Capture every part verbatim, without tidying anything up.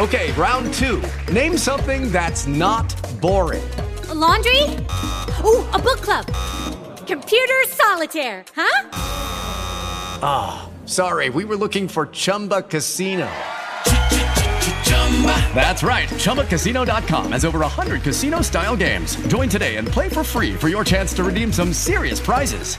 Okay, round two. Name something that's not boring. A laundry? Ooh, a book club. Computer solitaire, huh? Ah, oh, sorry, we were looking for Chumba Casino. That's right, Chumba Casino dot com has over one hundred casino-style games. Join today and play for free for your chance to redeem some serious prizes.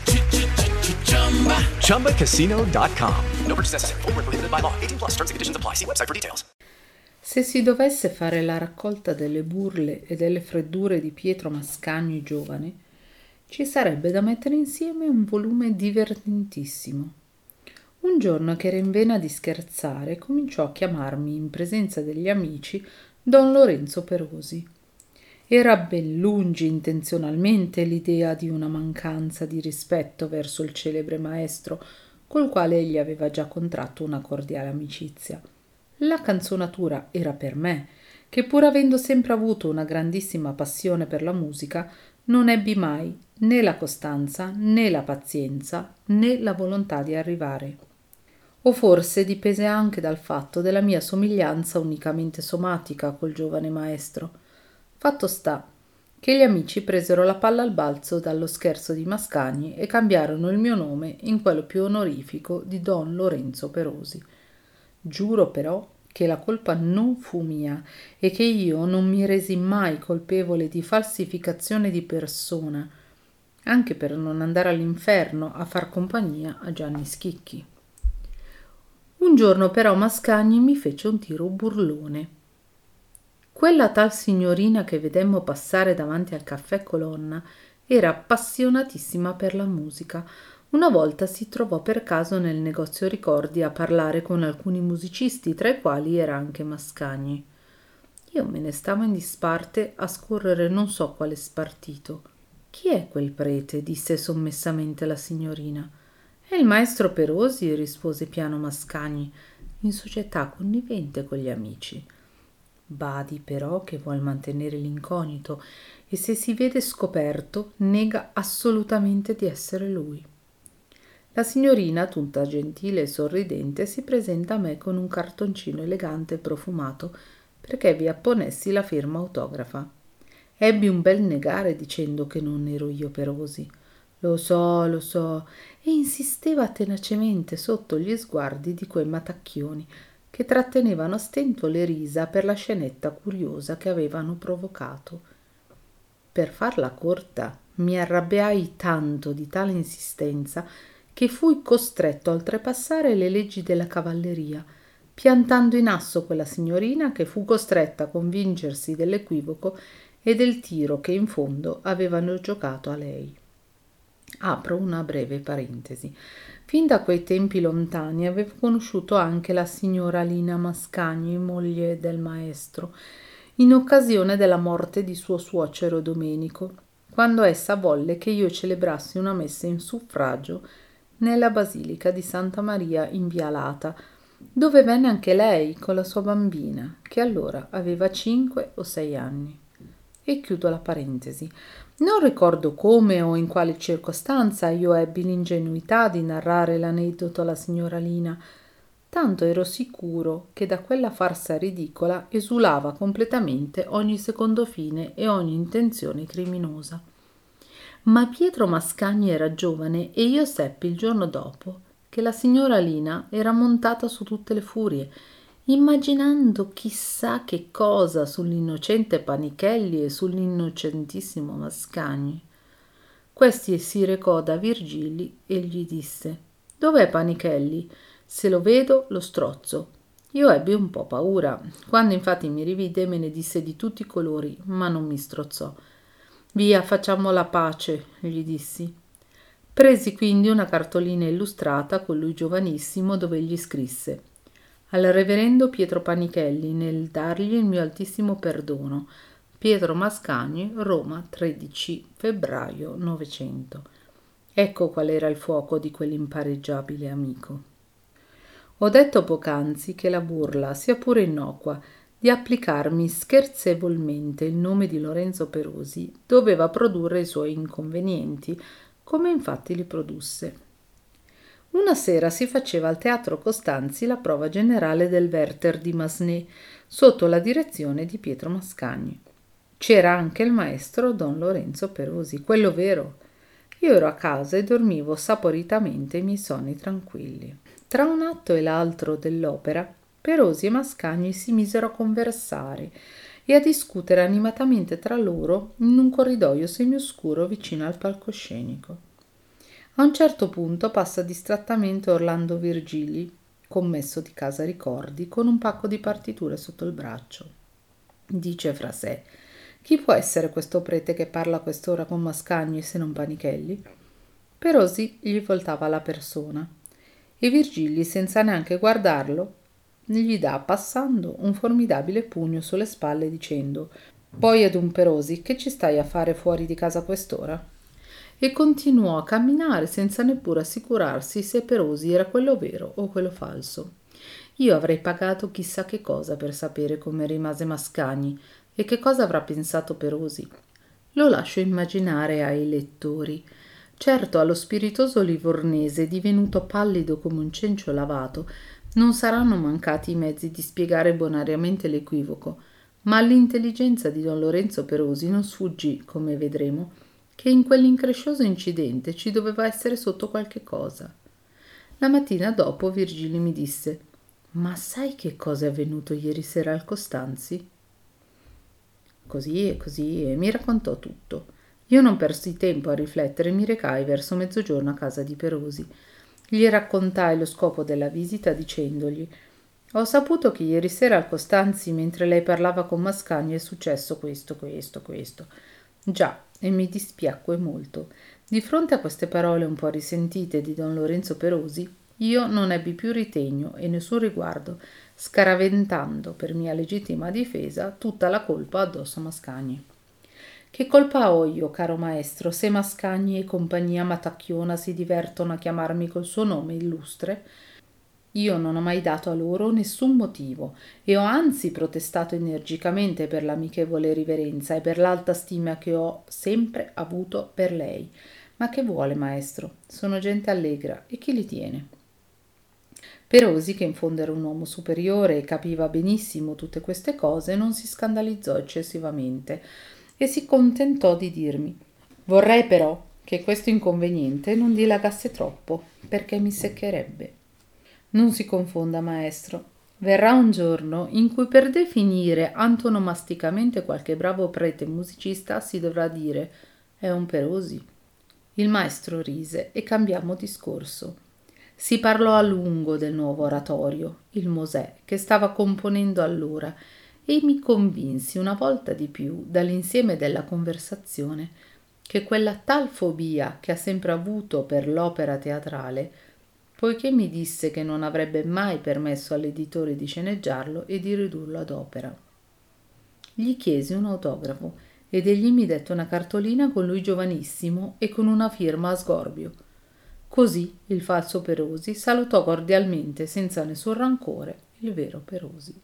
Chumba Casino dot com. No purchase necessary. Void where prohibited by law. eighteen plus terms and conditions apply. See website for details. Se si dovesse fare la raccolta delle burle e delle freddure di Pietro Mascagni giovane, ci sarebbe da mettere insieme un volume divertentissimo. Un giorno che era in vena di scherzare, cominciò a chiamarmi in presenza degli amici Don Lorenzo Perosi. Era ben lungi intenzionalmente l'idea di una mancanza di rispetto verso il celebre maestro, col quale egli aveva già contratto una cordiale amicizia. La canzonatura era per me, che pur avendo sempre avuto una grandissima passione per la musica, non ebbi mai né la costanza, né la pazienza, né la volontà di arrivare. O forse dipese anche dal fatto della mia somiglianza unicamente somatica col giovane maestro. Fatto sta che gli amici presero la palla al balzo dallo scherzo di Mascagni e cambiarono il mio nome in quello più onorifico di Don Lorenzo Perosi. Giuro però che la colpa non fu mia e che io non mi resi mai colpevole di falsificazione di persona, anche per non andare all'inferno a far compagnia a Gianni Schicchi. Un giorno però Mascagni mi fece un tiro burlone. Quella tal signorina che vedemmo passare davanti al caffè Colonna era appassionatissima per la musica. Una volta si trovò per caso nel negozio ricordi a parlare con alcuni musicisti, tra i quali era anche Mascagni. Io me ne stavo in disparte a scorrere non so quale spartito. «Chi è quel prete?» disse sommessamente la signorina. «È il maestro Perosi», rispose piano Mascagni, «in società connivente con gli amici». Badi però che vuol mantenere l'incognito e se si vede scoperto nega assolutamente di essere lui. La signorina, tutta gentile e sorridente, si presenta a me con un cartoncino elegante e profumato perché vi apponessi la firma autografa. Ebbi un bel negare dicendo che non ero io Perosi. Lo so, lo so, e insisteva tenacemente sotto gli sguardi di quei matacchioni che trattenevano a stento le risa per la scenetta curiosa che avevano provocato. Per farla corta, mi arrabbiai tanto di tale insistenza che fui costretto a oltrepassare le leggi della cavalleria, piantando in asso quella signorina che fu costretta a convincersi dell'equivoco e del tiro che in fondo avevano giocato a lei. Apro una breve parentesi. Fin da quei tempi lontani avevo conosciuto anche la signora Lina Mascagni, moglie del maestro, in occasione della morte di suo suocero Domenico, quando essa volle che io celebrassi una messa in suffragio nella basilica di Santa Maria in Via Lata, dove venne anche lei con la sua bambina, che allora aveva cinque o sei anni. E chiudo la parentesi. Non ricordo come o in quale circostanza io ebbi l'ingenuità di narrare l'aneddoto alla signora Lina, tanto ero sicuro che da quella farsa ridicola esulava completamente ogni secondo fine e ogni intenzione criminosa. Ma Pietro Mascagni era giovane e io seppi il giorno dopo che la signora Lina era montata su tutte le furie, immaginando chissà che cosa sull'innocente Panichelli e sull'innocentissimo Mascagni. Questi si recò da Virgili e gli disse: «Dov'è Panichelli? Se lo vedo lo strozzo». Io ebbi un po' paura. Quando infatti mi rivide me ne disse di tutti i colori, ma non mi strozzò. «Via, facciamo la pace», gli dissi. Presi quindi una cartolina illustrata con lui giovanissimo dove gli scrisse: «Al reverendo Pietro Panichelli, nel dargli il mio altissimo perdono. Pietro Mascagni, Roma, tredici febbraio novecento». Ecco qual era il fuoco di quell'impareggiabile amico. Ho detto poc'anzi che la burla, sia pure innocua, di applicarmi scherzevolmente il nome di Lorenzo Perosi doveva produrre i suoi inconvenienti, come infatti li produsse. Una sera si faceva al Teatro Costanzi la prova generale del Werther di Massenet, sotto la direzione di Pietro Mascagni. C'era anche il maestro Don Lorenzo Perosi, quello vero. Io ero a casa e dormivo saporitamente i miei sonni tranquilli. Tra un atto e l'altro dell'opera, Perosi e Mascagni si misero a conversare e a discutere animatamente tra loro in un corridoio semioscuro vicino al palcoscenico. A un certo punto passa distrattamente Orlando Virgili, commesso di Casa Ricordi, con un pacco di partiture sotto il braccio. Dice fra sé: chi può essere questo prete che parla a quest'ora con Mascagni se non Panichelli? Perosi gli voltava la persona e Virgili, senza neanche guardarlo, gli dà, passando, un formidabile pugno sulle spalle dicendo: poi ad un Perosi, che ci stai a fare fuori di casa a quest'ora? E continuò a camminare senza neppure assicurarsi se Perosi era quello vero o quello falso. Io avrei pagato chissà che cosa per sapere come rimase Mascagni e che cosa avrà pensato Perosi. Lo lascio immaginare ai lettori. Certo, allo spiritoso livornese, divenuto pallido come un cencio lavato, non saranno mancati i mezzi di spiegare bonariamente l'equivoco, ma all'intelligenza di Don Lorenzo Perosi non sfuggì, come vedremo, che in quell'increscioso incidente ci doveva essere sotto qualche cosa. La mattina dopo Virgili mi disse: ma sai che cosa è avvenuto ieri sera al Costanzi? Così e così, e mi raccontò tutto. Io non persi tempo a riflettere e mi recai verso mezzogiorno a casa di Perosi. Gli raccontai lo scopo della visita dicendogli: ho saputo che ieri sera al Costanzi, mentre lei parlava con Mascagni, è successo questo, questo, questo. Già, e mi dispiacque molto. Di fronte a queste parole un po' risentite di Don Lorenzo Perosi, io non ebbi più ritegno e nessun riguardo, scaraventando per mia legittima difesa tutta la colpa addosso a Mascagni. Che colpa ho io, caro maestro, se Mascagni e compagnia matacchiona si divertono a chiamarmi col suo nome illustre? Io non ho mai dato a loro nessun motivo e ho anzi protestato energicamente per l'amichevole riverenza e per l'alta stima che ho sempre avuto per lei. Ma che vuole, maestro? Sono gente allegra e chi li tiene? Perosi, che in fondo era un uomo superiore e capiva benissimo tutte queste cose, non si scandalizzò eccessivamente e si contentò di dirmi: vorrei però che questo inconveniente non dilagasse troppo, perché mi seccherebbe. Non si confonda, maestro. Verrà un giorno in cui per definire antonomasticamente qualche bravo prete musicista si dovrà dire: è un Perosi. Il maestro rise e cambiammo discorso. Si parlò a lungo del nuovo oratorio, il Mosè, che stava componendo allora, e mi convinsi una volta di più dall'insieme della conversazione che quella tal fobia che ha sempre avuto per l'opera teatrale, poiché mi disse che non avrebbe mai permesso all'editore di sceneggiarlo e di ridurlo ad opera. Gli chiesi un autografo ed egli mi dette una cartolina con lui giovanissimo e con una firma a sgorbio. Così il falso Perosi salutò cordialmente, senza nessun rancore, il vero Perosi.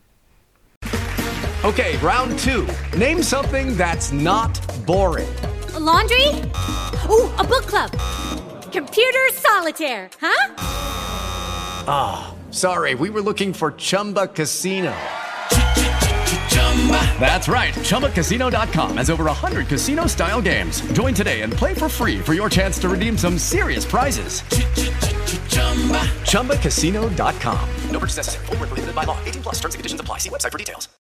Okay, round two. Name something that's not boring. A laundry? Ooh, a book club. Computer solitaire, huh? Ah, oh, sorry, we were looking for Chumba Casino. That's right, Chumba Casino dot com has over one hundred casino-style games. Join today and play for free for your chance to redeem some serious prizes. Chumba Casino dot com. No purchase necessary. Void where prohibited by law. eighteen plus terms and conditions apply. See website for details.